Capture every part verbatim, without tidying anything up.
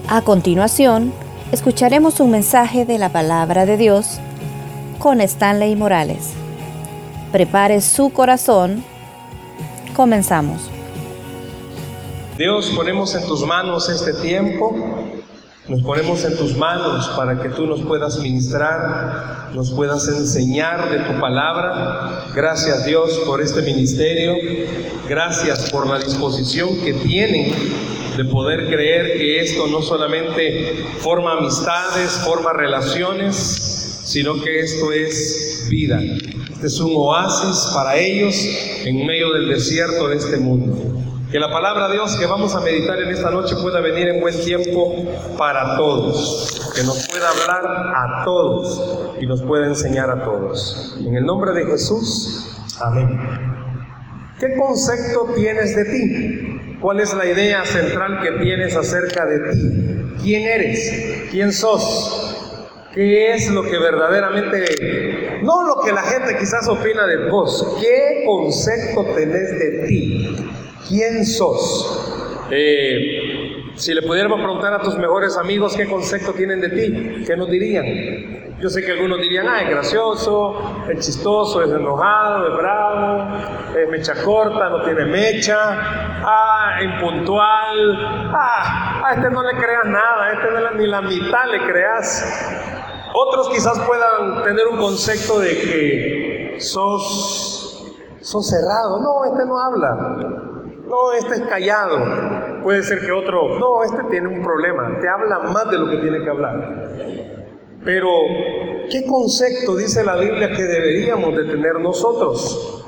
A continuación, escucharemos un mensaje de la Palabra de Dios con Stanley Morales. Prepare su corazón. Comenzamos. Dios, ponemos en tus manos este tiempo, nos ponemos en tus manos para que tú nos puedas ministrar, nos puedas enseñar de tu palabra. Gracias, Dios, por este ministerio, gracias por la disposición que tienen de poder creer que esto no solamente forma amistades, forma relaciones, sino que esto es vida. Este es un oasis para ellos en medio del desierto de este mundo. Que la palabra de Dios que vamos a meditar en esta noche pueda venir en buen tiempo para todos, que nos pueda hablar a todos y nos pueda enseñar a todos. En el nombre de Jesús, amén. ¿Qué concepto tienes de ti? ¿Cuál es la idea central que tienes acerca de ti? ¿Quién eres? ¿Quién sos? ¿Qué es lo que verdaderamente, no lo que la gente quizás opina de vos? ¿Qué concepto tenés de ti? ¿Quién sos? Eh, si le pudiéramos preguntar a tus mejores amigos qué concepto tienen de ti, ¿qué nos dirían? Yo sé que algunos dirían, ah, es gracioso, es chistoso, es enojado, es bravo, es mecha corta, no tiene mecha, ah, impuntual, ah, a este no le creas nada, a este no le, ni la mitad le creas. Otros quizás puedan tener un concepto de que sos, sos cerrado, no, este no habla. No, este es callado. Puede ser que otro, no, este tiene un problema, te habla más de lo que tiene que hablar. Pero, ¿qué concepto dice la Biblia que deberíamos de tener nosotros?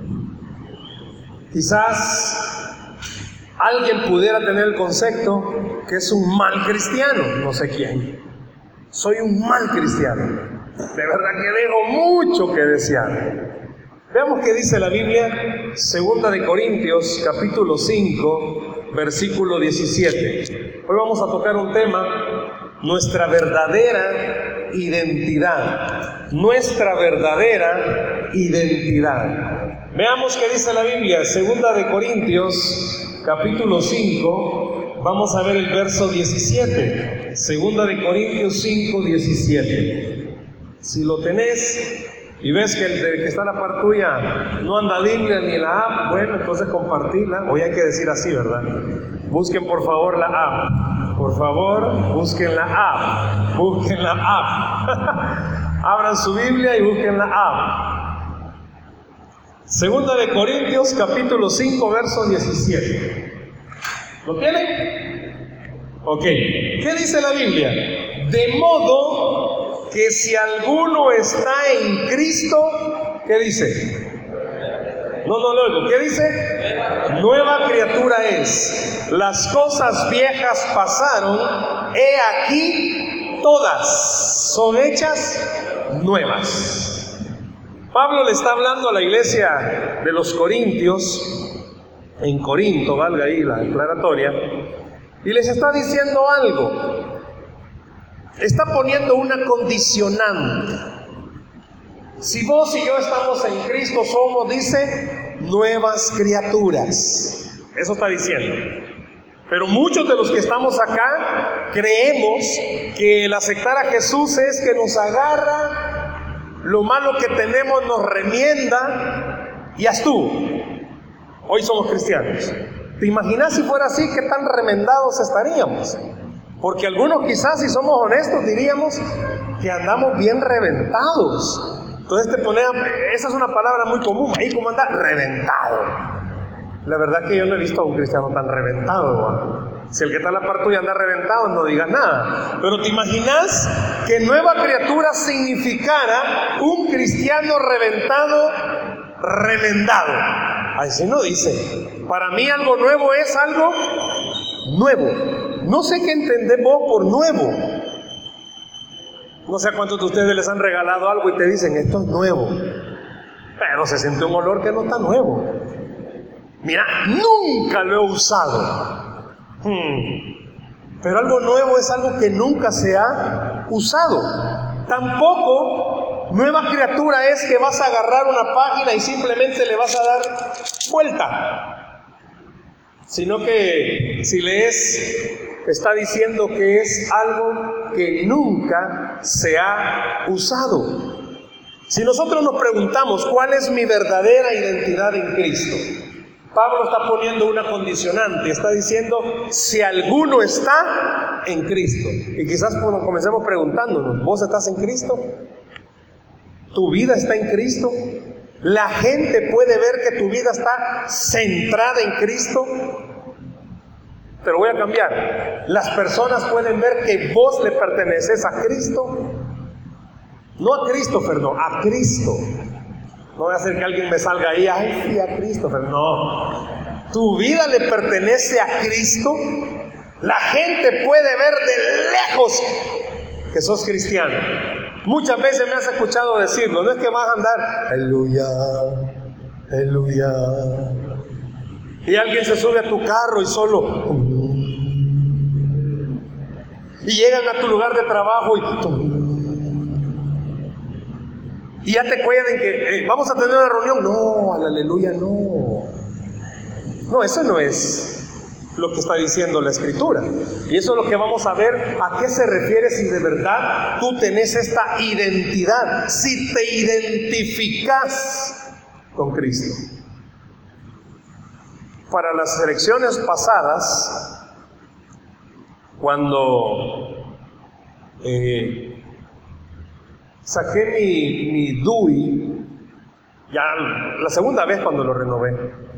Quizás alguien pudiera tener el concepto que es un mal cristiano, no sé quién. Soy un mal cristiano. De verdad que dejo mucho que desear. Veamos qué dice la Biblia, Segunda de Corintios, capítulo cinco, versículo diecisiete. Hoy vamos a tocar un tema, nuestra verdadera identidad. Nuestra verdadera identidad. Veamos qué dice la Biblia, Segunda de Corintios, capítulo cinco, vamos a ver el verso diecisiete. Segunda de Corintios cinco, diecisiete. Si lo tenés y ves que el que está a la par tuya no anda Biblia ni la app, bueno, entonces compartirla. Hoy hay que decir así, ¿verdad? Busquen por favor la app. Por favor, busquen la app. Busquen la app. Abran su Biblia y busquen la app. Segunda de Corintios, capítulo cinco, verso diecisiete. ¿Lo tienen? Ok. ¿Qué dice la Biblia? De modo que si alguno está en Cristo, ¿qué dice? No, no lo oigo. ¿Qué dice? Nueva criatura es. Las cosas viejas pasaron, he aquí, todas son hechas nuevas. Pablo le está hablando a la iglesia de los Corintios, en Corinto, valga ahí la declaratoria, y les está diciendo algo. Está poniendo una condicionante. Si vos y yo estamos en Cristo, somos, dice, nuevas criaturas. Eso está diciendo. Pero muchos de los que estamos acá creemos que el aceptar a Jesús es que nos agarra, lo malo que tenemos nos remienda y ya estuvo. Hoy somos cristianos. ¿Te imaginas si fuera así, qué tan remendados estaríamos? Porque algunos quizás, si somos honestos, diríamos que andamos bien reventados. Entonces te pones, esa es una palabra muy común, ahí como anda, reventado. La verdad que yo no he visto a un cristiano tan reventado, ¿no? Si el que está a la par tuya anda reventado, no digas nada. Pero ¿te imaginas que nueva criatura significara un cristiano reventado, remendado? Así no dice. Para mí algo nuevo es algo nuevo. No sé qué entendés vos por nuevo. No sé a cuántos de ustedes les han regalado algo y te dicen, esto es nuevo. Pero se siente un olor que no está nuevo. Mira, nunca lo he usado. Hmm. Pero algo nuevo es algo que nunca se ha usado. Tampoco nueva criatura es que vas a agarrar una página y simplemente le vas a dar vuelta. sino que si lees, está diciendo que es algo que nunca se ha usado. Si nosotros nos preguntamos cuál es mi verdadera identidad en Cristo, Pablo está poniendo una condicionante, está diciendo si alguno está en Cristo. Y quizás comencemos preguntándonos, ¿vos estás en Cristo? ¿Tu vida está en Cristo? ¿La gente puede ver que tu vida está centrada en Cristo? Te lo voy a cambiar. ¿Las personas pueden ver que vos le perteneces a Cristo? No a Christopher, no, a Cristo. No voy a hacer que alguien me salga ahí, ay, sí, a Christopher. No. ¿Tu vida le pertenece a Cristo? La gente puede ver de lejos que sos cristiano. Muchas veces me has escuchado decirlo. No es que vas a andar, aleluya, aleluya. Y alguien se sube a tu carro y solo... Y llegan a tu lugar de trabajo y... Y ya te cuentan que eh, vamos a tener una reunión. No, al aleluya no. No, eso no es lo que está diciendo la Escritura. Y eso es lo que vamos a ver a qué se refiere si de verdad tú tenés esta identidad, si te identificas con Cristo. Para las elecciones pasadas, cuando eh, saqué mi, mi D U I, ya la segunda vez cuando lo renové.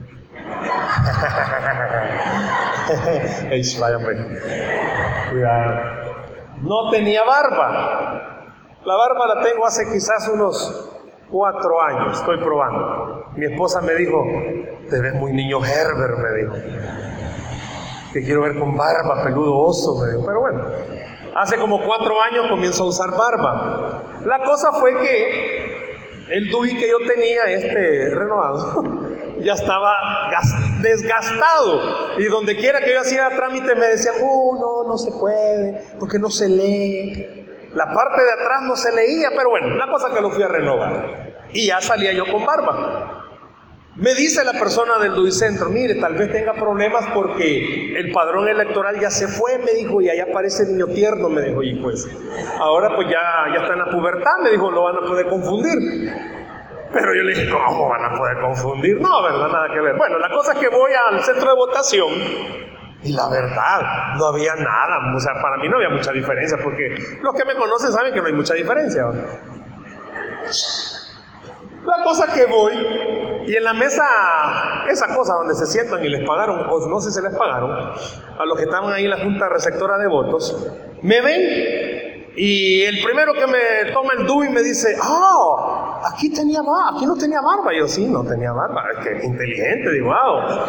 Vaya, cuidado. No tenía barba. La barba la tengo hace quizás unos cuatro años, estoy probando. Mi esposa me dijo, te ves muy niño Herbert, me dijo. Te quiero ver con barba, peludo oso, me dijo. Pero bueno, hace como cuatro años comienzo a usar barba. La cosa fue que el D U I que yo tenía, este renovado, ya estaba desgastado. Y donde quiera que yo hacía trámite me decían, oh, no, no se puede, porque no se lee. La parte de atrás no se leía, pero bueno, la cosa que lo fui a renovar. Y ya salía yo con barba. Me dice la persona del D U I Centro, mire, tal vez tenga problemas porque el padrón electoral ya se fue, me dijo, y allá aparece niño tierno, me dijo, y pues, ahora pues ya, ya está en la pubertad, me dijo, lo van a poder confundir. Pero yo le dije, ¿cómo van a poder confundir? No, verdad, nada que ver. Bueno, la cosa es que voy al centro de votación y la verdad, no había nada, o sea, para mí no había mucha diferencia, porque los que me conocen saben que no hay mucha diferencia, ¿no? La cosa que voy, y en la mesa, esa cosa donde se sientan y les pagaron, o no sé si se les pagaron, a los que estaban ahí en la junta receptora de votos, me ven, y el primero que me toma el D U I me dice, ah, oh, aquí tenía barba, aquí no tenía barba. Y yo, sí, no tenía barba, es que es inteligente, digo, wow.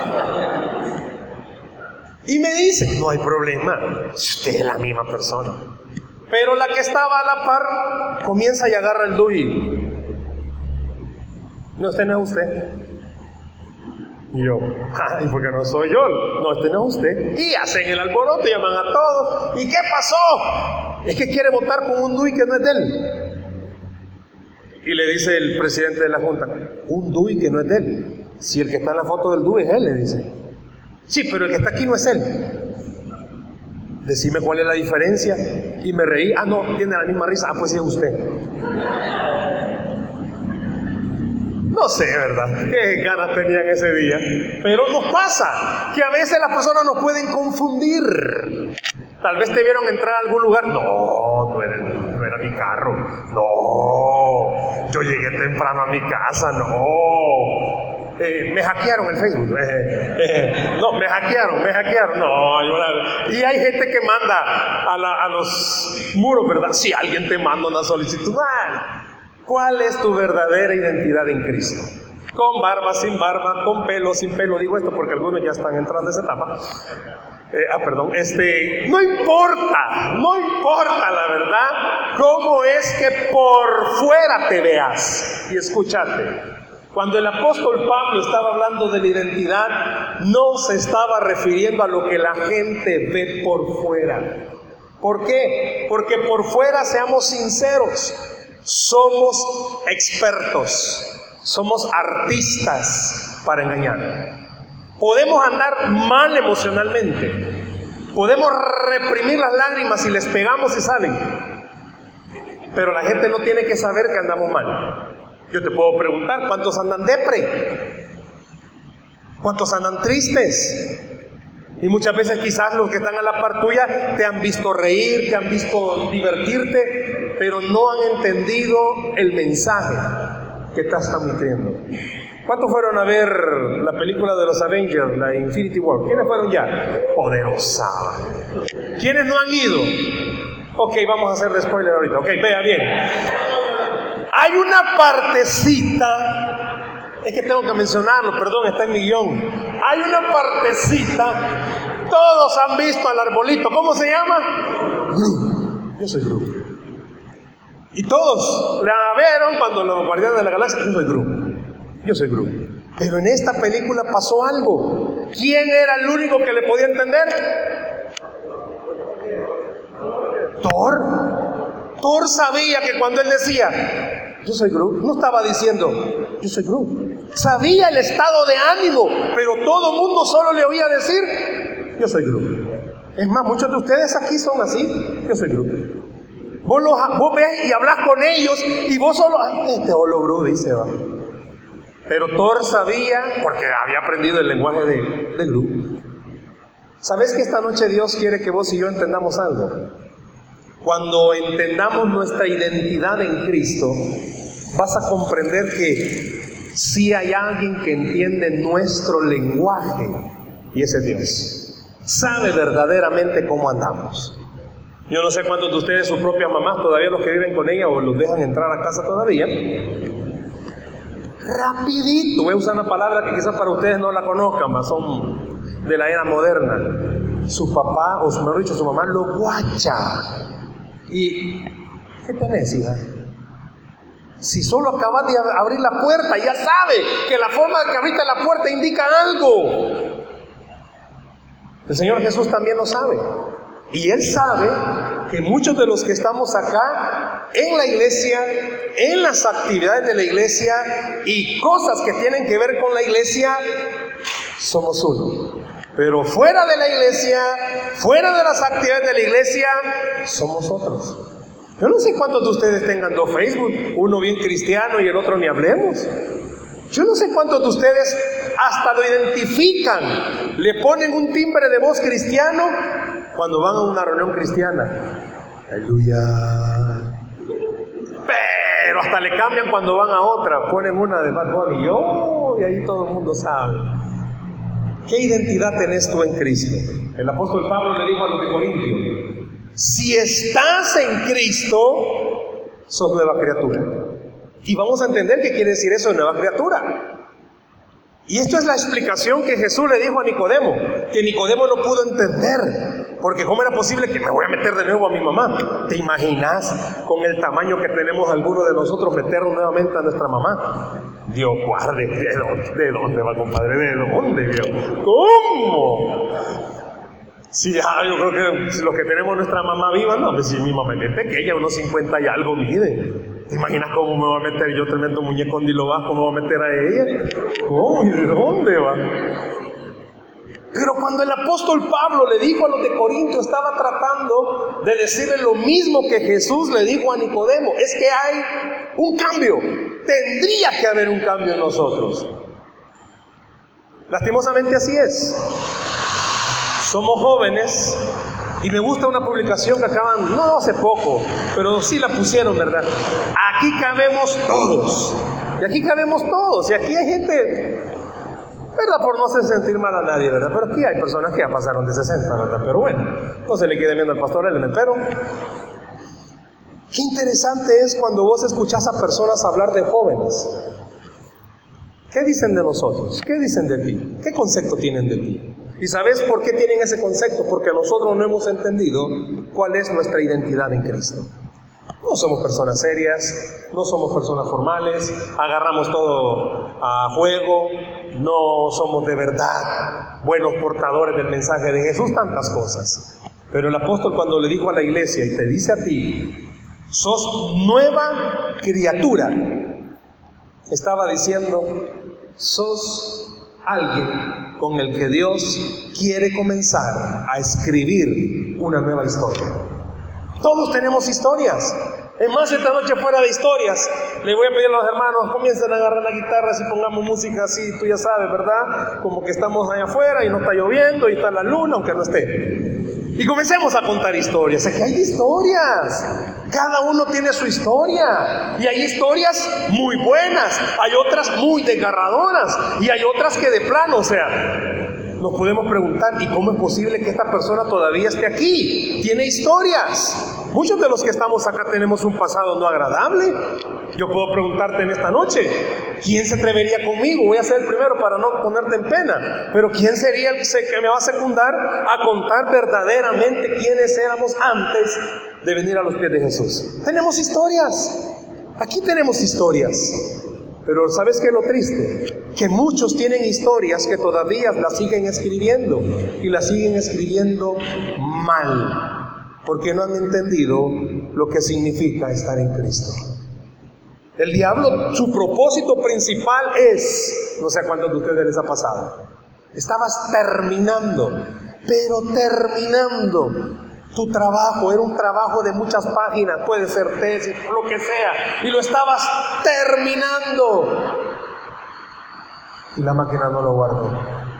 Y me dice, no hay problema, usted es la misma persona. Pero la que estaba a la par, comienza y agarra el D U I. No, este no es usted. Y yo, ay, porque no soy yo. No, este no es usted. Y hacen el alboroto, llaman a todos. ¿Y qué pasó? Es que quiere votar con un D U I que no es de él. Y le dice el presidente de la junta, un D U I que no es de él. Si el que está en la foto del D U I es él, le dice. Sí, pero el que está aquí no es él. Decime cuál es la diferencia. Y me reí. Ah, no, tiene la misma risa. Ah, pues sí es usted. No sé, ¿verdad? Qué ganas tenían ese día. Pero nos pasa que a veces las personas nos pueden confundir. Tal vez te vieron entrar a algún lugar. No, no era, no era mi carro. No, yo llegué temprano a mi casa. No. Eh, me hackearon el Facebook. Eh, eh, no, me hackearon, me hackearon. No, yo la... Y hay gente que manda a, la, a los muros, ¿verdad? Si alguien te manda una solicitud. ¡Ay! ¿Cuál es tu verdadera identidad en Cristo? Con barba, sin barba, con pelo, sin pelo. Digo esto porque algunos ya están entrando en esa etapa. Eh, ah, perdón. Este, no importa, no importa la verdad cómo es que por fuera te veas. Y escúchate, cuando el apóstol Pablo estaba hablando de la identidad, no se estaba refiriendo a lo que la gente ve por fuera. ¿Por qué? Porque por fuera, seamos sinceros, somos expertos, somos artistas para engañar. Podemos andar mal emocionalmente. Podemos reprimir las lágrimas y les pegamos y salen. Pero la gente no tiene que saber que andamos mal. Yo te puedo preguntar, ¿cuántos andan depre? ¿Cuántos andan tristes? Y muchas veces quizás los que están a la par tuya te han visto reír, te han visto divertirte, pero no han entendido el mensaje que estás transmitiendo. ¿Cuántos fueron a ver la película de los Avengers, la Infinity War? ¿Quiénes fueron ya? Poderosa. ¿Quiénes no han ido? Ok, vamos a hacer spoiler ahorita. Ok, vea bien. Hay una partecita, es que tengo que mencionarlo, perdón, está en mi guión. Hay una partecita, todos han visto al arbolito, ¿cómo se llama? Groot. Yo soy Groot. Y todos la vieron cuando los Guardianes de la Galaxia, yo soy Groot. Yo soy Groot. Pero en esta película pasó algo. ¿Quién era el único que le podía entender? Thor. Thor sabía que cuando él decía, yo soy Groot, no estaba diciendo, yo soy Groot. Sabía el estado de ánimo, pero todo el mundo solo le oía decir, yo soy Groot. Es más, muchos de ustedes aquí son así, yo soy Groot. Vos, los, vos ves y hablas con ellos y vos solo, este holo Groot, dice, va. Pero Thor sabía, porque había aprendido el lenguaje de, de Groot. ¿Sabes que esta noche Dios quiere que vos y yo entendamos algo? Cuando entendamos nuestra identidad en Cristo, vas a comprender que sí hay alguien que entiende nuestro lenguaje, y ese es Dios. Sabe verdaderamente cómo andamos. Yo no sé cuántos de ustedes, sus propias mamás, todavía los que viven con ella o los dejan entrar a casa todavía. Rapidito, voy a usar una palabra que quizás para ustedes no la conozcan, mas son de la era moderna. Su papá, o mejor dicho, su mamá lo guacha. ¿Y qué tenés, hija? Si solo acabas de abrir la puerta, ya sabe que la forma de que abriste la puerta indica algo. El Señor Jesús también lo sabe. Y Él sabe que muchos de los que estamos acá en la iglesia, en las actividades de la iglesia y cosas que tienen que ver con la iglesia, somos uno. Pero fuera de la iglesia, fuera de las actividades de la iglesia, somos otros. Yo no sé cuántos de ustedes tengan dos Facebook, uno bien cristiano y el otro ni hablemos. Yo no sé cuántos de ustedes hasta lo identifican, le ponen un timbre de voz cristiano cuando van a una reunión cristiana. Aleluya. Pero hasta le cambian cuando van a otra, ponen una de Bad Bunny, oh, y ahí todo el mundo sabe. ¿Qué identidad tenés tú en Cristo? El apóstol Pablo le dijo a los de Corintios, si estás en Cristo, sos nueva criatura. Y vamos a entender qué quiere decir eso de nueva criatura. Y esto es la explicación que Jesús le dijo a Nicodemo, que Nicodemo no pudo entender, porque ¿cómo era posible que me voy a meter de nuevo a mi mamá? ¿Te imaginas con el tamaño que tenemos algunos de nosotros meternos nuevamente a nuestra mamá? Dios guarde, ¿de dónde, de dónde va, compadre? ¿De dónde, Dios? ¿Cómo? Sí, ya, yo creo que si los que tenemos nuestra mamá viva, no, pues si mi mamá es pequeña, unos cincuenta y algo, mide. ¿Te imaginas cómo me voy a meter yo tremendo muñeco en Dilobás? ¿Cómo me voy a meter a ella? ¿Cómo? ¿Y de dónde va? Pero cuando el apóstol Pablo le dijo a los de Corinto, estaba tratando de decirle lo mismo que Jesús le dijo a Nicodemo. Es que hay un cambio. Tendría que haber un cambio en nosotros. Lastimosamente así es. Somos jóvenes. Y me gusta una publicación que acaban, no hace poco, pero sí la pusieron, ¿verdad? Aquí cabemos todos. Y aquí cabemos todos. Y aquí hay gente, ¿verdad? Por no hacer sentir mal a nadie, ¿verdad? Pero aquí hay personas que ya pasaron de sesenta, ¿verdad? Pero bueno, no se le quede viendo al pastor Elena. Pero qué interesante es cuando vos escuchás a personas hablar de jóvenes. ¿Qué dicen de nosotros? ¿Qué dicen de ti? ¿Qué concepto tienen de ti? ¿Y sabes por qué tienen ese concepto? Porque nosotros no hemos entendido cuál es nuestra identidad en Cristo. No somos personas serias, no somos personas formales, agarramos todo a juego, no somos de verdad buenos portadores del mensaje de Jesús, tantas cosas. Pero el apóstol cuando le dijo a la iglesia y te dice a ti, sos nueva criatura, estaba diciendo, sos alguien con el que Dios quiere comenzar a escribir una nueva historia. Todos tenemos historias. Es más, esta noche fuera de historias, le voy a pedir a los hermanos, comiencen a agarrar la guitarra, si pongamos música así, tú ya sabes, ¿verdad? Como que estamos allá afuera y no está lloviendo y está la luna, aunque no esté. Y comencemos a contar historias. Es que hay historias. Cada uno tiene su historia. Y hay historias muy buenas, hay otras muy desgarradoras y hay otras que de plano, o sea, nos podemos preguntar, ¿y cómo es posible que esta persona todavía esté aquí? Tiene historias. Muchos de los que estamos acá tenemos un pasado no agradable. Yo puedo preguntarte en esta noche, ¿quién se atrevería conmigo? Voy a ser el primero para no ponerte en pena, pero ¿quién sería el que me va a secundar a contar verdaderamente quiénes éramos antes de venir a los pies de Jesús? Tenemos historias. Aquí tenemos historias. Pero ¿sabes qué es lo triste? Que muchos tienen historias que todavía las siguen escribiendo y las siguen escribiendo mal, porque no han entendido lo que significa estar en Cristo. El diablo, su propósito principal es, no sé a cuántos de ustedes les ha pasado, estabas terminando, pero terminando tu trabajo, era un trabajo de muchas páginas, puede ser tesis, lo que sea, y lo estabas terminando y la máquina no lo guardó.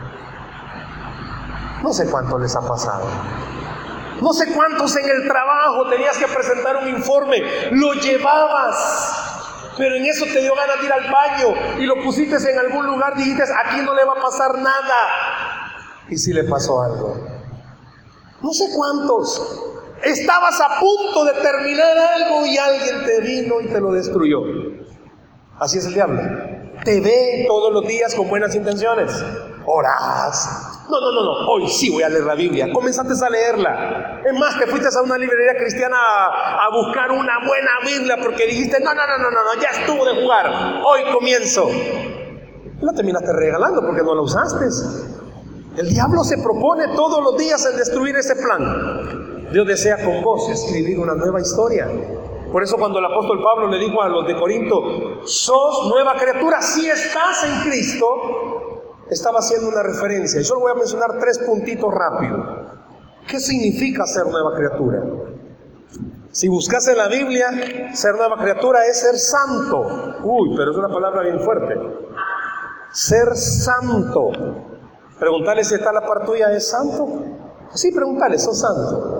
No sé cuánto les ha pasado. No sé cuántos en el trabajo tenías que presentar un informe, lo llevabas, pero en eso te dio ganas de ir al baño y lo pusiste en algún lugar, dijiste, aquí no le va a pasar nada. Y si le pasó algo. No sé cuántos. Estabas a punto de terminar algo y alguien te vino y te lo destruyó. Así es el diablo. Te ve todos los días con buenas intenciones. Orás. No, no, no, no. Hoy sí voy a leer la Biblia. Comenzaste a leerla. Es más, te fuiste a una librería cristiana a, a buscar una buena Biblia porque dijiste, no, no, no, no, no, no, ya estuvo de jugar. Hoy comienzo. La terminaste regalando porque no la usaste. El diablo se propone todos los días en destruir ese plan. Dios desea con vos escribir una nueva historia. Por eso cuando el apóstol Pablo le dijo a los de Corinto, sos nueva criatura, si estás en Cristo, estaba haciendo una referencia. Yo le voy a mencionar tres puntitos rápido. ¿Qué significa ser nueva criatura? Si buscas en la Biblia, ser nueva criatura es ser santo. Uy, pero es una palabra bien fuerte. Ser santo. Preguntarle si está la par tuya, ¿es santo? Sí, preguntarle, ¿sos santo?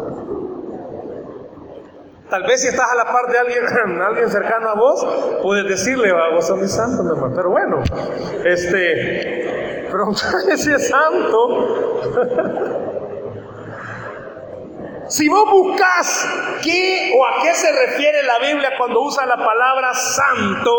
Tal vez si estás a la par de alguien, alguien cercano a vos, puedes decirle, ah, vos sos mi santo, mi hermano. Pero bueno, este, preguntarle si es santo. Si vos buscas qué o a qué se refiere la Biblia cuando usa la palabra santo,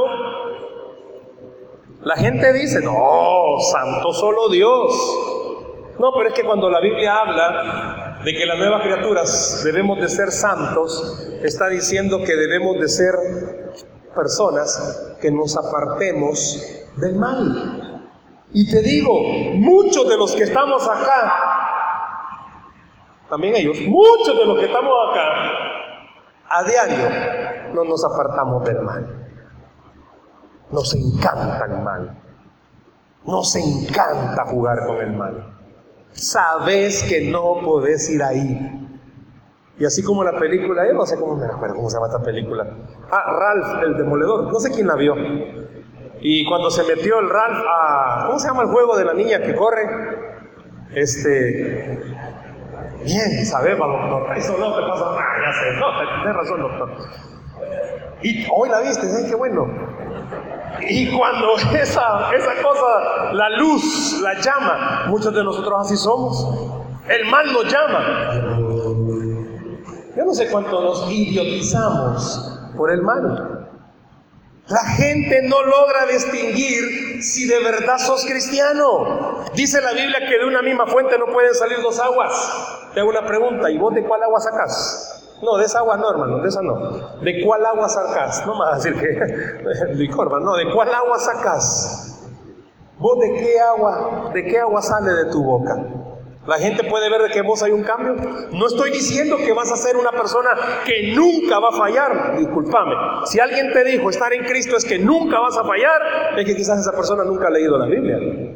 la gente dice, no, santo solo Dios. No, pero es que cuando la Biblia habla de que las nuevas criaturas debemos de ser santos, está diciendo que debemos de ser personas que nos apartemos del mal. Y te digo, muchos de los que estamos acá, también ellos, muchos de los que estamos acá, a diario no nos apartamos del mal. Nos encanta el mal. Nos encanta jugar con el mal. Sabes que no podés ir ahí. Y así como la película, yo no sé cómo me acuerdo cómo se llama esta película. Ah, Ralph, el demoledor. No sé quién la vio. Y cuando se metió el Ralph a... ¿Cómo se llama el juego de la niña que corre? Este... Bien, sabemos, doctor. Eso no te pasa nada, ya sé. No, tenés razón, doctor. Y hoy la viste, ¿sabes qué bueno? Y cuando esa, esa cosa, la luz, la llama, muchos de nosotros así somos. El mal nos llama. Yo no sé cuánto nos idiotizamos por el mal. La gente no logra distinguir si de verdad sos cristiano. Dice la Biblia que de una misma fuente no pueden salir dos aguas. Te hago una pregunta, ¿y vos de cuál agua sacás? No, de esa agua no, hermano, de esa no. ¿De cuál agua sacás? No me vas a decir que licor, hermano, no, ¿de cuál agua sacás? ¿Vos de qué agua, de qué agua sale de tu boca? La gente puede ver de que vos hay un cambio. No estoy diciendo que vas a ser una persona que nunca va a fallar. Discúlpame. Si alguien te dijo estar en Cristo es que nunca vas a fallar, es que quizás esa persona nunca ha leído la Biblia.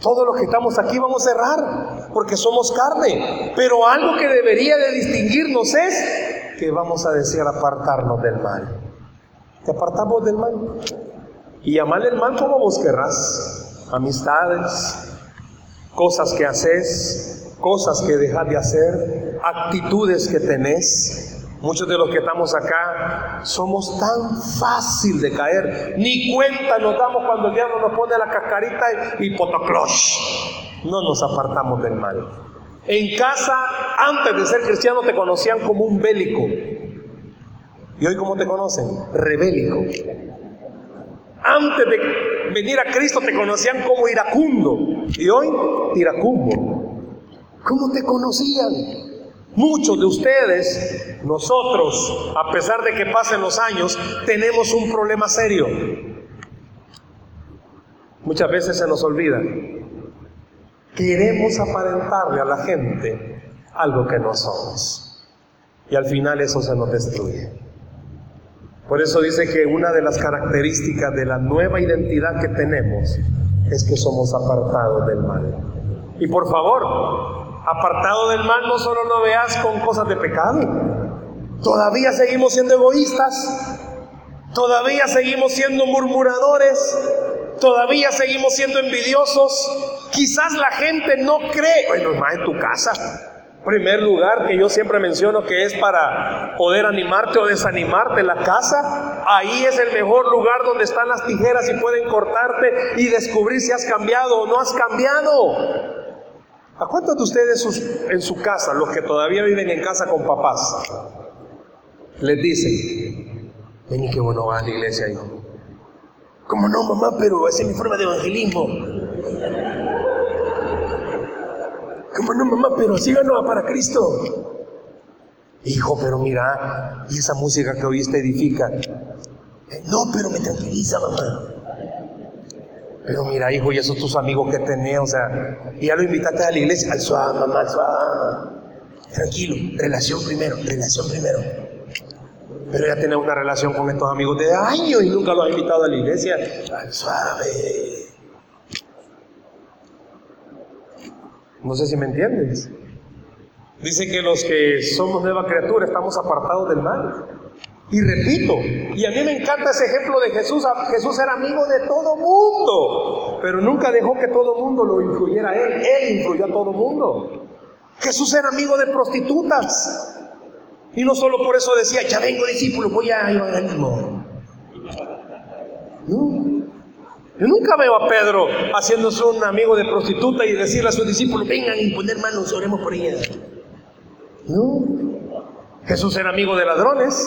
Todos los que estamos aquí vamos a errar, porque somos carne. Pero algo que debería de distinguirnos es que vamos a desear apartarnos del mal. Te apartamos del mal. Y amarle el mal como vos querrás. Amistades, cosas que haces, cosas que dejas de hacer, actitudes que tenés. Muchos de los que estamos acá somos tan fácil de caer. Ni cuenta nos damos cuando el diablo nos pone la cascarita y potoclosh. No nos apartamos del mal. En casa, antes de ser cristiano, te conocían como un bélico. ¿Y hoy cómo te conocen? Rebélico. Antes de venir a Cristo te conocían como iracundo. Y hoy, iracundo. ¿Cómo te conocían? Muchos de ustedes, nosotros, a pesar de que pasen los años, tenemos un problema serio. Muchas veces se nos olvida. Queremos aparentarle a la gente algo que no somos. Y al final eso se nos destruye. Por eso dice que una de las características de la nueva identidad que tenemos es que somos apartados del mal. Y por favor, apartado del mal no solo lo veas con cosas de pecado. Todavía seguimos siendo egoístas. Todavía seguimos siendo murmuradores. Todavía seguimos siendo envidiosos. Quizás la gente no cree. Bueno, más en tu casa. Primer lugar que yo siempre menciono que es para poder animarte o desanimarte, la casa. Ahí es el mejor lugar donde están las tijeras y pueden cortarte y descubrir si has cambiado o no has cambiado. ¿A cuántos de ustedes sus, en su casa, los que todavía viven en casa con papás, les dicen: ven y qué bueno vas a la iglesia, hijo? ¿Cómo no, mamá? Pero esa es mi forma de evangelismo. ¿Cómo no, mamá? Pero síganos para Cristo. Hijo, pero mira, y esa música que oíste edifica. No, pero me tranquiliza, mamá. Pero mira, hijo, y esos tus amigos que tenés, o sea, y ya lo invitaste a la iglesia, al suave, mamá, al suave. Tranquilo, relación primero, relación primero. Pero ya tenés una relación con estos amigos de años y nunca los has invitado a la iglesia, al suave. No sé si me entiendes. Dice que los que somos nueva criatura estamos apartados del mal. Y repito, y a mí me encanta ese ejemplo de Jesús. Jesús era amigo de todo mundo, pero nunca dejó que todo mundo lo influyera a él. Él influyó a todo mundo. Jesús era amigo de prostitutas. Y no solo por eso decía: ya vengo discípulo, voy a evangelismo. No. Yo nunca veo a Pedro haciéndose un amigo de prostituta y decirle a sus discípulos: vengan y poner manos, oremos por ella. No. Jesús era amigo de ladrones.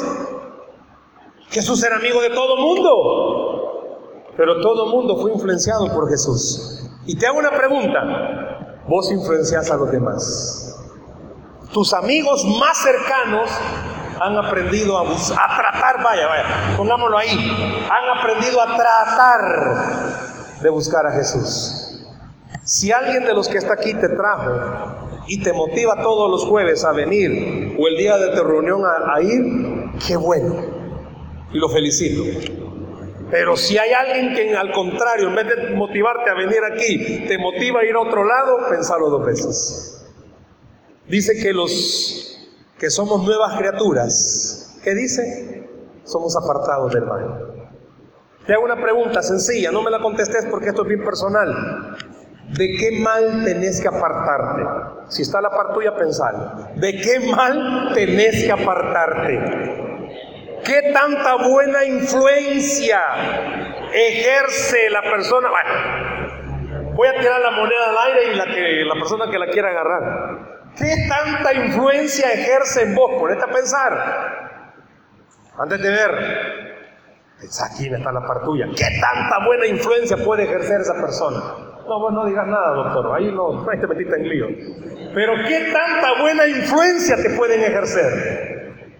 Jesús era amigo de todo mundo. Pero todo mundo fue influenciado por Jesús. Y te hago una pregunta: ¿vos influenciás a los demás? Tus amigos más cercanos han aprendido a, bus- a tratar, vaya, vaya, pongámoslo ahí, han aprendido a tratar de buscar a Jesús. Si alguien de los que está aquí te trajo y te motiva todos los jueves a venir, o el día de tu reunión a, a ir, qué bueno, y lo felicito. Pero si hay alguien que al contrario, en vez de motivarte a venir aquí, te motiva a ir a otro lado, pensalo dos veces. Dice que los que somos nuevas criaturas, ¿qué dice? Somos apartados del mal. Te hago una pregunta sencilla, no me la contestes porque esto es bien personal. ¿De qué mal tenés que apartarte? Si está a la par tuya, pensalo. ¿De qué mal tenés que apartarte? ¿Qué tanta buena influencia ejerce la persona? Bueno, voy a tirar la moneda al aire y la, que, la persona que la quiera agarrar. ¿Qué tanta influencia ejerce en vos? Ponete a pensar. Antes de ver, pensá, aquí está la par tuya. ¿Qué tanta buena influencia puede ejercer esa persona? No, vos no digas nada, doctor. Ahí no, ahí te metiste en lío. Pero ¿qué tanta buena influencia te pueden ejercer?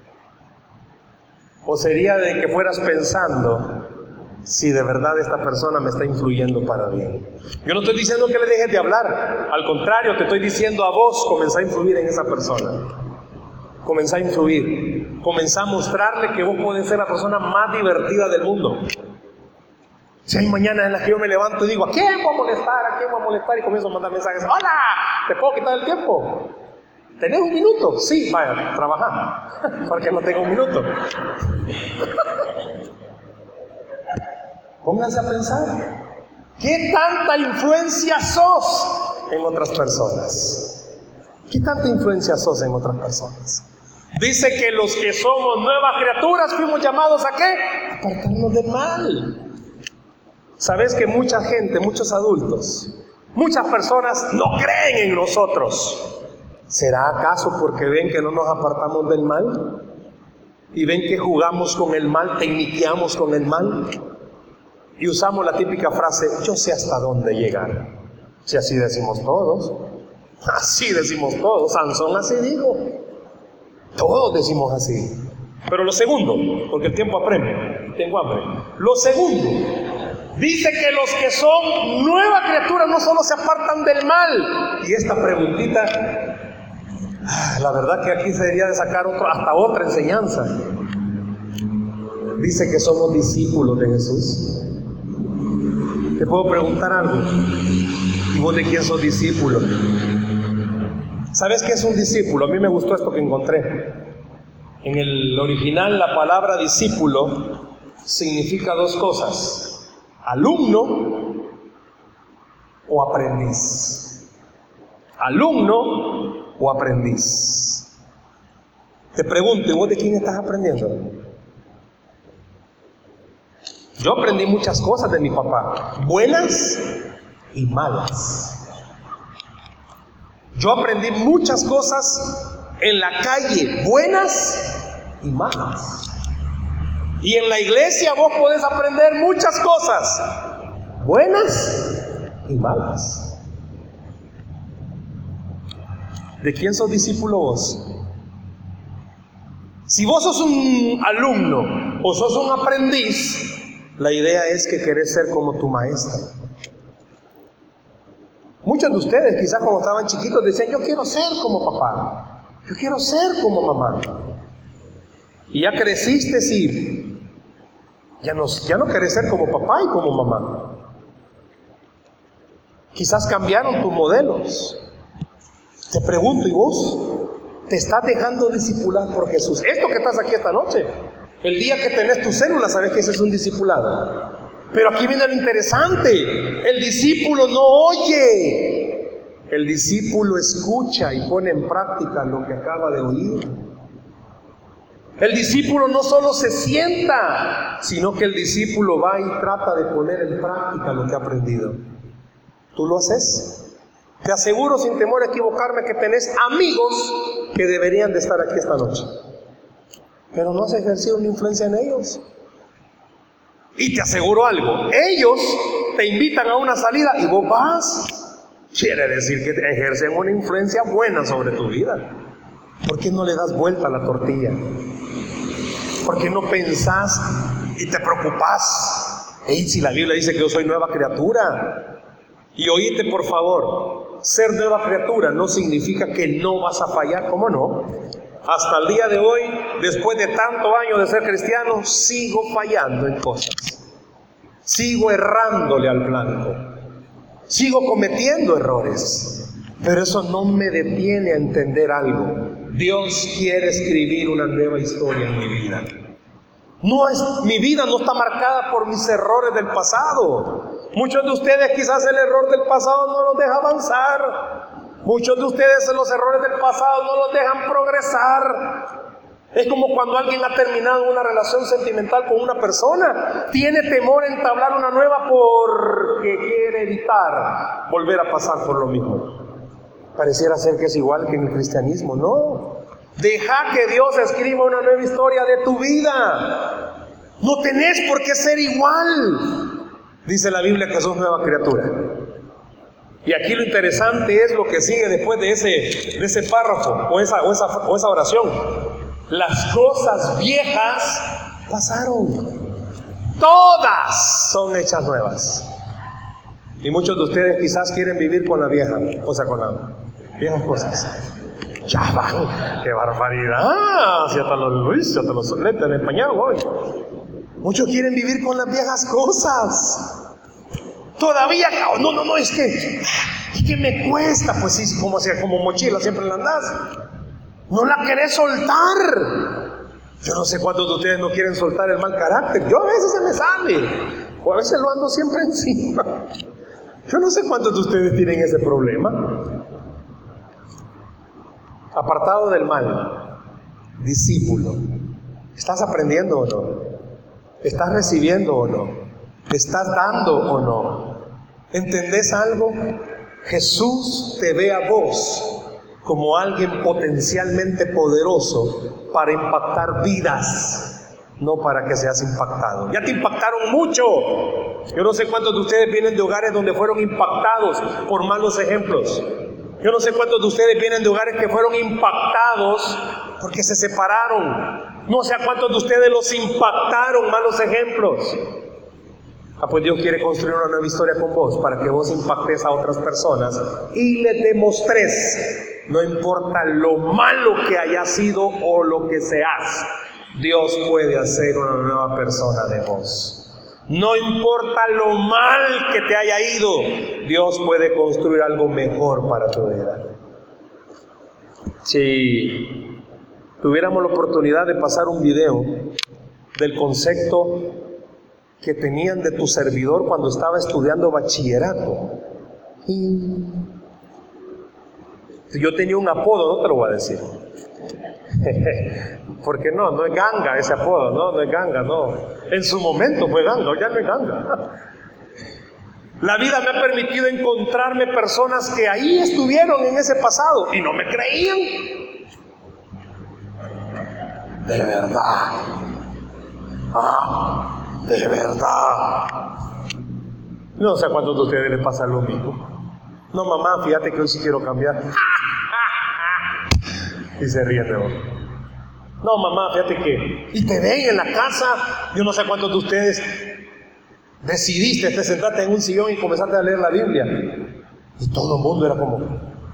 ¿O sería de que fueras pensando si de verdad esta persona me está influyendo para bien? Yo no estoy diciendo que le dejes de hablar. Al contrario, te estoy diciendo a vos, comenzá a influir en esa persona. Comenzá a influir. Comenzá a mostrarle que vos podés ser la persona más divertida del mundo. Si hay mañanas en las que yo me levanto y digo, ¿a quién voy a molestar? ¿A quién voy a molestar? Y comienzo a mandar mensajes. ¡Hola! ¿Te puedo quitar el tiempo? ¿Tenés un minuto? Sí, vaya, trabaja. Porque no tengo un minuto. Pónganse a pensar. ¿Qué tanta influencia sos en otras personas? ¿Qué tanta influencia sos en otras personas? Dice que los que somos nuevas criaturas fuimos llamados ¿a qué? A apartarnos del mal. ¿Sabes que mucha gente, muchos adultos, muchas personas no creen en nosotros? ¿Será acaso porque ven que no nos apartamos del mal? ¿Y ven que jugamos con el mal, tecniqueamos con el mal? Y usamos la típica frase, yo sé hasta dónde llegar. Si así decimos todos, así decimos todos, Sansón así dijo. Todos decimos así. Pero lo segundo, porque el tiempo apremia, tengo hambre. Lo segundo, dice que los que son nueva criatura no solo se apartan del mal. Y esta preguntita, la verdad que aquí se debería de sacar otro, hasta otra enseñanza. Dice que somos discípulos de Jesús. Te puedo preguntar algo. ¿Y vos de quién sos discípulo? ¿Sabes qué es un discípulo? A mí me gustó esto que encontré. En el original la palabra discípulo significa dos cosas: alumno o aprendiz. Alumno o aprendiz. Te pregunto, ¿vos de quién estás aprendiendo? Yo aprendí muchas cosas de mi papá, buenas y malas. Yo aprendí muchas cosas en la calle, buenas y malas. Y en la iglesia vos podés aprender muchas cosas, buenas y malas. ¿De quién sos discípulo vos? Si vos sos un alumno o sos un aprendiz, la idea es que querés ser como tu maestra. Muchos de ustedes quizás cuando estaban chiquitos decían, yo quiero ser como papá, yo quiero ser como mamá. Y ya creciste y ya no, ya no querés ser como papá y como mamá. Quizás cambiaron tus modelos. Te pregunto, ¿y vos? ¿Te estás dejando discipular por Jesús? Esto que estás aquí esta noche, el día que tenés tu célula, sabes que ese es un discipulado. Pero aquí viene lo interesante. El discípulo no oye. El discípulo escucha y pone en práctica lo que acaba de oír. El discípulo no solo se sienta, sino que el discípulo va y trata de poner en práctica lo que ha aprendido. ¿Tú lo haces? Te aseguro sin temor a equivocarme que tenés amigos que deberían de estar aquí esta noche, pero no has ejercido una influencia en ellos. Y te aseguro algo, ellos te invitan a una salida y vos vas. Quiere decir que ejercen una influencia buena sobre tu vida. ¿Por qué no le das vuelta a la tortilla? ¿Por qué no pensás y te preocupás? Ey, si la Biblia dice que yo soy nueva criatura. Y oíste por favor, ser nueva criatura no significa que no vas a fallar, ¿cómo no? Hasta el día de hoy, después de tantos años de ser cristiano, sigo fallando en cosas. Sigo errándole al blanco. Sigo cometiendo errores. Pero eso no me detiene a entender algo. Dios quiere escribir una nueva historia en mi vida. No es, mi vida no está marcada por mis errores del pasado. Muchos de ustedes quizás el error del pasado no los deja avanzar. Muchos de ustedes los errores del pasado no los dejan progresar. Es como cuando alguien ha terminado una relación sentimental con una persona. Tiene temor en entablar una nueva porque quiere evitar volver a pasar por lo mismo. Pareciera ser que es igual que en el cristianismo. No. Deja que Dios escriba una nueva historia de tu vida. No tenés por qué ser igual. Dice la Biblia que sos nueva criatura. Y aquí lo interesante es lo que sigue después de ese, de ese párrafo o esa, o, esa, o esa oración. Las cosas viejas pasaron. Todas son hechas nuevas. Y muchos de ustedes quizás quieren vivir con la vieja, o sea, con las viejas cosas. Ya van, qué barbaridad. Si hasta los Luis, hasta los lentes me empañaron hoy. Muchos quieren vivir con las viejas cosas. Todavía, no, no, no, es que, es que me cuesta. Pues sí, como, como mochila siempre la andás. No la querés soltar. Yo no sé cuántos de ustedes no quieren soltar el mal carácter. Yo a veces se me sale. O a veces lo ando siempre encima. Yo no sé cuántos de ustedes tienen ese problema. Apartado del mal, discípulo. ¿Estás aprendiendo o no? ¿Estás recibiendo o no? ¿Estás dando o no? ¿Entendés algo? Jesús te ve a vos como alguien potencialmente poderoso para impactar vidas, no para que seas impactado. Ya te impactaron mucho. Yo no sé cuántos de ustedes vienen de hogares donde fueron impactados por malos ejemplos. Yo no sé cuántos de ustedes vienen de hogares que fueron impactados porque se separaron. No sé a cuántos de ustedes los impactaron malos ejemplos. Ah, pues Dios quiere construir una nueva historia con vos para que vos impactes a otras personas y les demostres. No importa lo malo que haya sido o lo que seas, Dios puede hacer una nueva persona de vos. No importa lo mal que te haya ido, Dios puede construir algo mejor para tu vida. Si tuviéramos la oportunidad de pasar un video del concepto que tenían de tu servidor cuando estaba estudiando bachillerato. Y yo tenía un apodo, no te lo voy a decir. Porque no, no es ganga ese apodo, no, no es ganga, no. En su momento fue ganga, ya no es ganga. La vida me ha permitido encontrarme personas que ahí estuvieron en ese pasado y no me creían. De verdad. Ah, de verdad. No sé a cuántos de ustedes les pasa lo mismo. No, mamá, fíjate que hoy sí quiero cambiar. Y se ríen de vos. No, mamá, fíjate que... Y te ven en la casa. Yo no sé cuántos de ustedes decidiste, te sentaste en un sillón y comenzaste a leer la Biblia. Y todo el mundo era como...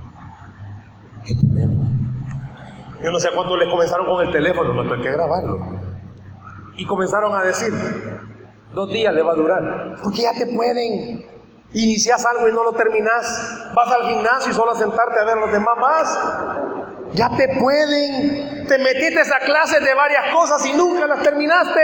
¿Qué tenemos? Yo no sé cuántos les comenzaron con el teléfono. No, hay que grabarlo. Y comenzaron a decir... Dos días le va a durar. Porque ya te pueden... Inicias algo y no lo terminas. Vas al gimnasio y solo a sentarte a ver a los demás más. Ya te pueden. Te metiste a clases de varias cosas y nunca las terminaste.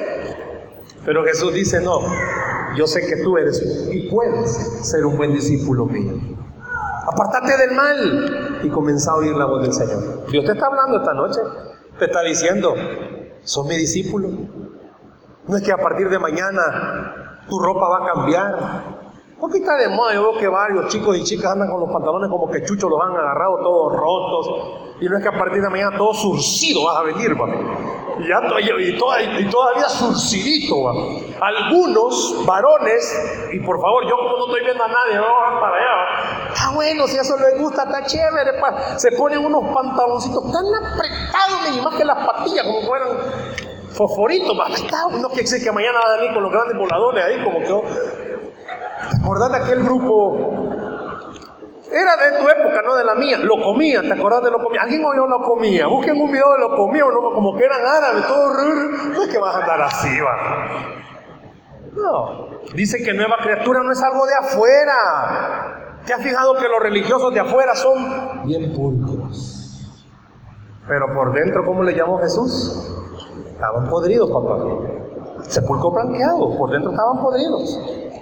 Pero Jesús dice, no, yo sé que tú eres y puedes ser un buen discípulo mío. Apártate del mal y comienza a oír la voz del Señor. Dios te está hablando esta noche. Te está diciendo, sos mi discípulo. No es que a partir de mañana tu ropa va a cambiar. Porque está de moda, yo veo que varios chicos y chicas andan con los pantalones como que chuchos los han agarrado todos rotos. Y no es que a partir de mañana todo surcido vas a venir, va. Y, ya, y, toda, y todavía surcidito, va. Algunos varones, y por favor, yo como no estoy viendo a nadie, no van para allá, va. Ah, bueno, si eso les gusta, está chévere, pa. Se ponen unos pantaloncitos tan apretados, ni más que las patillas, como fueran fosforitos, va. Apretados, no quiere decir que mañana van a venir con los grandes voladores ahí, como que... ¿Te acordás de aquel grupo? Era de tu época, no de la mía. Lo comía, ¿te acordás de lo comía? ¿Alguien oyó lo comía? Busquen un video de lo comía, ¿no? Como que eran árabes, todo. No es que vas a andar así, va. No. Dice que nueva criatura no es algo de afuera. ¿Te has fijado que los religiosos de afuera son bien pulcros? Pero por dentro, ¿cómo le llamó Jesús? Estaban podridos, papá. Sepulcro blanqueado, por dentro estaban podridos.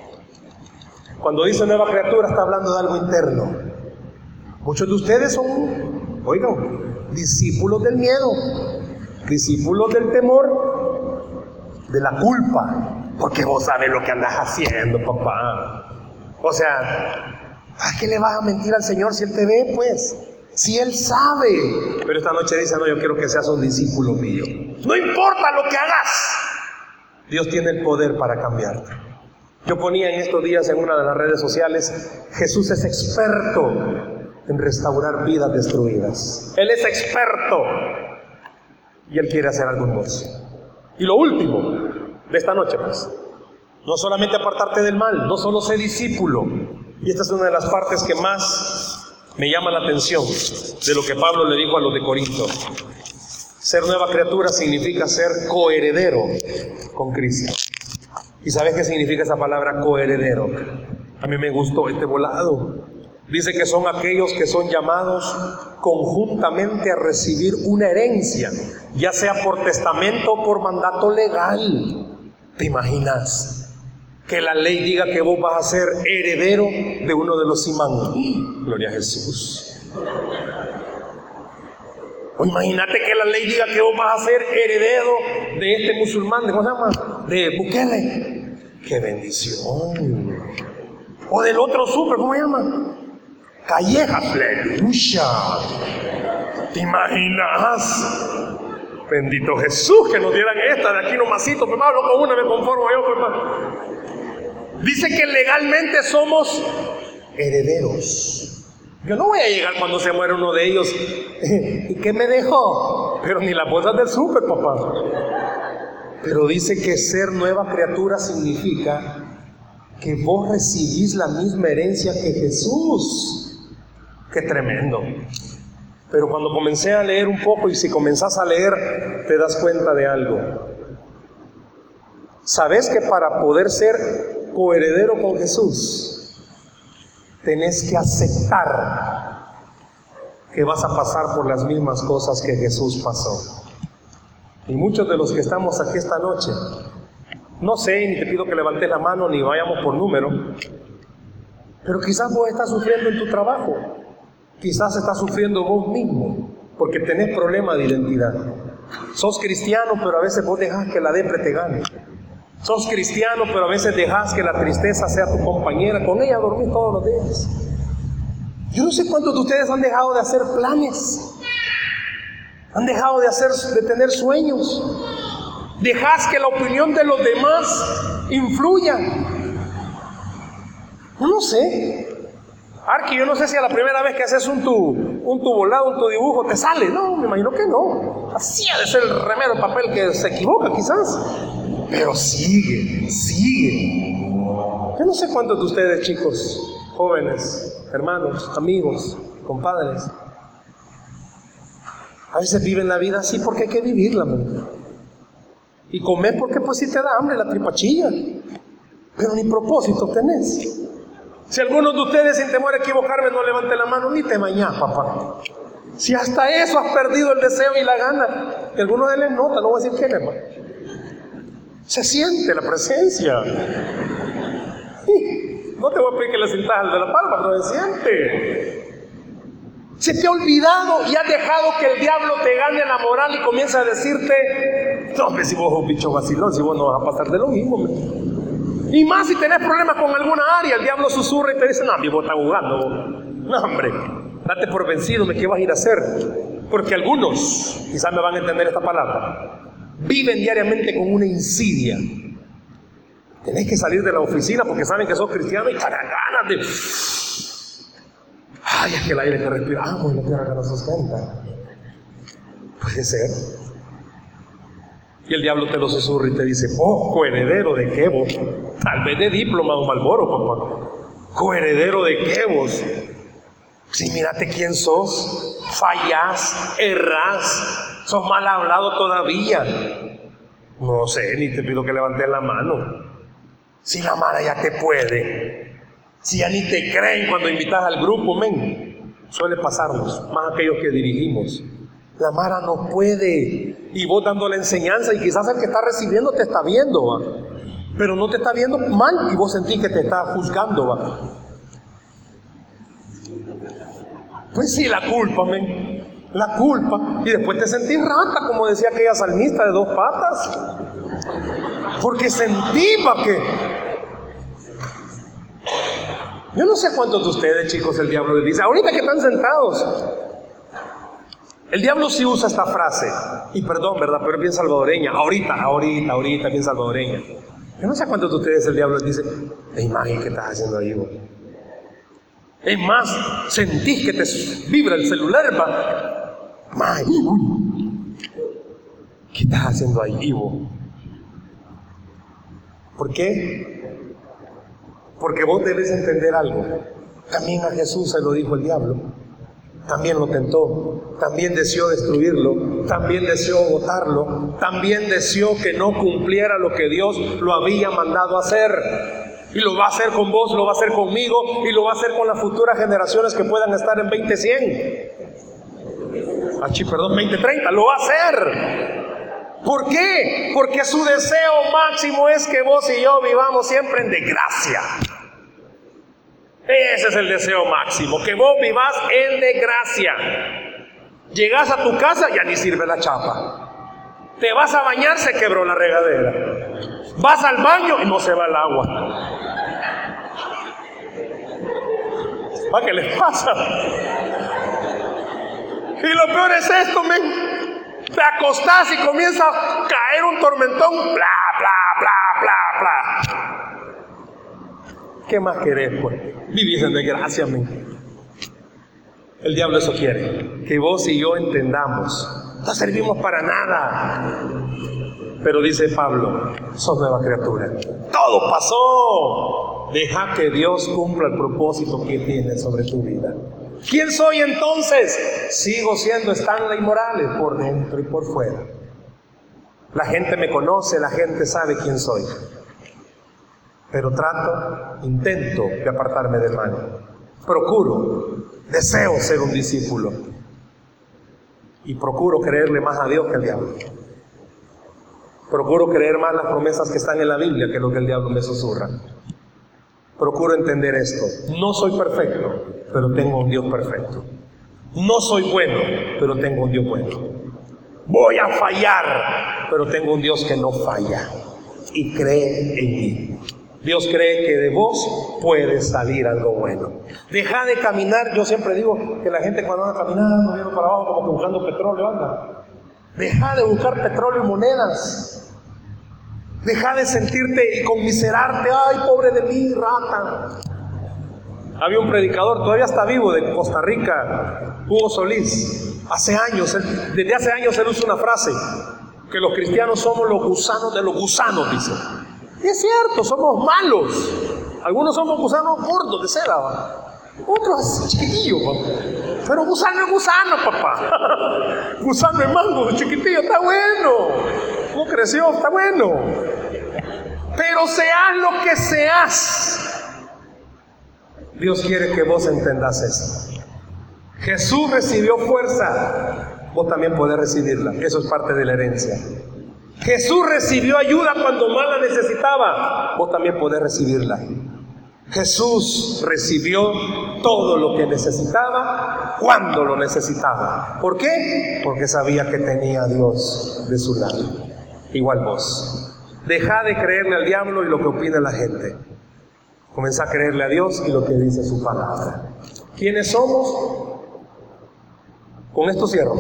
Cuando dice nueva criatura, está hablando de algo interno. Muchos de ustedes son, oigan, discípulos del miedo, discípulos del temor, de la culpa, porque vos sabes lo que andas haciendo, papá. O sea, ¿a qué le vas a mentir al Señor si Él te ve, pues? Si Él sabe. Pero esta noche dice, no, yo quiero que seas un discípulo mío. No importa lo que hagas, Dios tiene el poder para cambiarte. Yo ponía en estos días en una de las redes sociales, Jesús es experto en restaurar vidas destruidas. Él es experto y Él quiere hacer algo en vos. Y lo último de esta noche, pues, no solamente apartarte del mal, no solo ser discípulo. Y esta es una de las partes que más me llama la atención de lo que Pablo le dijo a los de Corinto. Ser nueva criatura significa ser coheredero con Cristo. ¿Y sabes qué significa esa palabra coheredero? A mí me gustó este volado. Dice que son aquellos que son llamados conjuntamente a recibir una herencia, ya sea por testamento o por mandato legal. ¿Te imaginas que la ley diga que vos vas a ser heredero de uno de los imán? Gloria a Jesús. O imagínate que la ley diga que vos vas a ser heredero de este musulmán, ¿de cómo se llama? De Bukele. ¡Qué bendición! O del otro súper, ¿cómo se llama? Calleja. ¡Aleluya! ¿Te imaginas? Bendito Jesús, que nos dieran esta de aquí nomasito. Pues hablo con una, me conformo yo. Pues, dice que legalmente somos herederos. Yo no voy a llegar cuando se muere uno de ellos. ¿Y qué me dejó? Pero ni las bolsas del súper, papá. Pero dice que ser nueva criatura significa que vos recibís la misma herencia que Jesús. ¡Qué tremendo! Pero cuando comencé a leer un poco, y si comenzás a leer, te das cuenta de algo. ¿Sabés que para poder ser coheredero con Jesús, tenés que aceptar que vas a pasar por las mismas cosas que Jesús pasó? Y muchos de los que estamos aquí esta noche, no sé, ni te pido que levantes la mano, ni vayamos por número, pero quizás vos estás sufriendo en tu trabajo, quizás estás sufriendo vos mismo, porque tenés problema de identidad. Sos cristiano, pero a veces vos dejás que la depre te gane. Sos cristiano, pero a veces dejás que la tristeza sea tu compañera, con ella dormís todos los días. Yo no sé cuántos de ustedes han dejado de hacer planes, han dejado de, hacer, de tener sueños. Dejás que la opinión de los demás influya. No, no sé. Arqui, yo no sé si a la primera vez que haces un tu, un tu volado, un tu dibujo, te sale. No, me imagino que no. Así ha de ser el remero, el papel que se equivoca quizás. Pero sigue, sigue. Yo no sé cuántos de ustedes, chicos, jóvenes, hermanos, amigos, compadres, a veces viven la vida así porque hay que vivirla, man. Y comer porque pues si te da hambre la tripachilla, pero ni propósito tenés. Si algunos de ustedes, sin temor a equivocarme, no levanten la mano, ni te bañás, papá. Si hasta eso has perdido el deseo y la gana, que algunos de les nota, no voy a decir quién es, man. Se siente la presencia. No te voy a pedir que le sientas al de la palma, pero se siente. Se te ha olvidado y has dejado que el diablo te gane la moral y comienza a decirte: no, hombre, si vos sos un bicho vacilón, si vos no vas a pasar de lo mismo. Man. Y más si tenés problemas con alguna área, el diablo susurra y te dice: no, mi vos estás jugando. Vos. No, hombre, date por vencido, ¿qué vas a ir a hacer? Porque algunos, quizás me van a entender esta palabra, viven diariamente con una insidia. Tenés que salir de la oficina porque saben que sos cristiano y para ganas de... Ay, es que el aire que respiramos y la tierra que nos sustenta. Puede ser. Y el diablo te lo susurra y te dice: oh, coheredero de qué vos. Tal vez de diploma o Malboro, papá. Coheredero de qué vos. Si mírate quién sos. Fallás, errás, sos mal hablado todavía. No sé, ni te pido que levantes la mano. Si la mara ya te puede, si ya ni te creen cuando invitas al grupo, men, suele pasarnos, más aquellos que dirigimos. La mara no puede, y vos dando la enseñanza, y quizás el que está recibiendo te está viendo, ¿va? Pero no te está viendo mal, y vos sentís que te está juzgando, ¿va? Pues sí, la culpa, men, la culpa, y después te sentís rata, como decía aquella salmista de dos patas, porque sentí pa' que... Yo no sé cuántos de ustedes, chicos, el diablo les dice, ahorita que están sentados, el diablo sí usa esta frase, y perdón, ¿verdad? Pero es bien salvadoreña, ahorita, ahorita, ahorita, bien salvadoreña. Yo no sé cuántos de ustedes el diablo les dice: la imagen que estás haciendo ahí, vos. Es más, sentís que te vibra el celular, va. May, uy. ¿Qué estás haciendo ahí, Ivo? ¿Por qué? Porque vos debes entender algo. También a Jesús se lo dijo el diablo. también lo tentó, también deseó destruirlo, también deseó botarlo, también deseó que no cumpliera lo que Dios lo había mandado hacer. Y lo va a hacer con vos, lo va a hacer conmigo y lo va a hacer con las futuras generaciones que puedan estar en veinte cien. Achí, perdón, veinte treinta, lo va a hacer. ¿Por qué? Porque su deseo máximo es que vos y yo vivamos siempre en desgracia. Ese es el deseo máximo, que vos vivas en desgracia. Llegás a tu casa, ya ni sirve la chapa. Te vas a bañar, se quebró la regadera. Vas al baño y no se va el agua. ¿Para qué les pasa? Y lo peor es esto, men. Te acostás y comienza a caer un tormentón. Bla, bla, bla, bla, bla. ¿Qué más querés, pues? Vivís en desgracia, men. El diablo eso quiere, que vos y yo entendamos. No servimos para nada. Pero dice Pablo, sos nueva criatura. Todo pasó. Deja que Dios cumpla el propósito que tiene sobre tu vida. ¿Quién soy entonces? Sigo siendo Stanley Morales por dentro y por fuera. La gente me conoce, la gente sabe quién soy. Pero trato, intento de apartarme del mal. Procuro, deseo ser un discípulo. Y procuro creerle más a Dios que al diablo. Procuro creer más las promesas que están en la Biblia que lo que el diablo me susurra. Procuro entender esto. No soy perfecto, pero tengo un Dios perfecto. No soy bueno, pero tengo un Dios bueno. Voy a fallar, pero tengo un Dios que no falla y cree en mí. Dios cree que de vos puede salir algo bueno. Deja de caminar. Yo siempre digo que la gente cuando anda caminando, viendo para abajo, como que buscando petróleo, anda. Deja de buscar petróleo y monedas. Deja de sentirte y conmiserarte. Ay, pobre de mí, rata. Había un predicador, todavía está vivo, de Costa Rica, Hugo Solís. Hace años, él, desde hace años él usa una frase, que los cristianos somos los gusanos de los gusanos, dice. Y es cierto, somos malos. Algunos somos gusanos gordos de seda, ¿va? Otros chiquitillos, ¿va? Pero gusano es gusano, papá. Gusano es mango, de chiquitillo, está bueno. ¿Cómo creció? Está bueno. Pero seas lo que seas, Dios quiere que vos entendas esto. Jesús recibió fuerza, vos también podés recibirla. Eso es parte de la herencia. Jesús recibió ayuda cuando más la necesitaba, vos también podés recibirla. Jesús recibió todo lo que necesitaba cuando lo necesitaba. ¿Por qué? Porque sabía que tenía a Dios de su lado. Igual vos. Deja de creerle al diablo y lo que opina la gente. Comenzá a creerle a Dios y lo que dice su palabra. ¿Quiénes somos? Con esto cierro.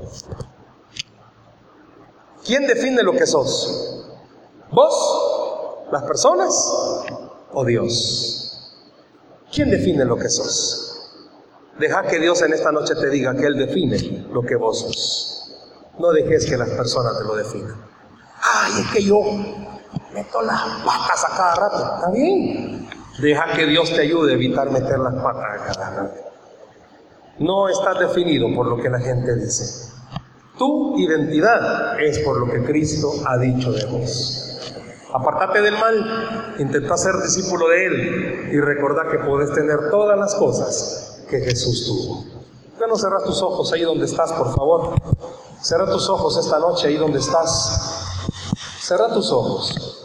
¿Quién define lo que sos? ¿Vos? ¿Las personas? ¿O Dios? ¿Quién define lo que sos? Deja que Dios en esta noche te diga que Él define lo que vos sos. No dejes que las personas te lo definan. Ay, es que yo meto las patas a cada rato. ¿Está bien? Deja que Dios te ayude a evitar meter las patas a cada rato. No estás definido por lo que la gente dice. Tu identidad es por lo que Cristo ha dicho de vos. Apartate del mal, intenta ser discípulo de Él y recordá que podés tener todas las cosas que Jesús tuvo. ¿Por qué no cerrás tus ojos ahí donde estás, por favor? Cierra tus ojos esta noche ahí donde estás. Cierra tus ojos.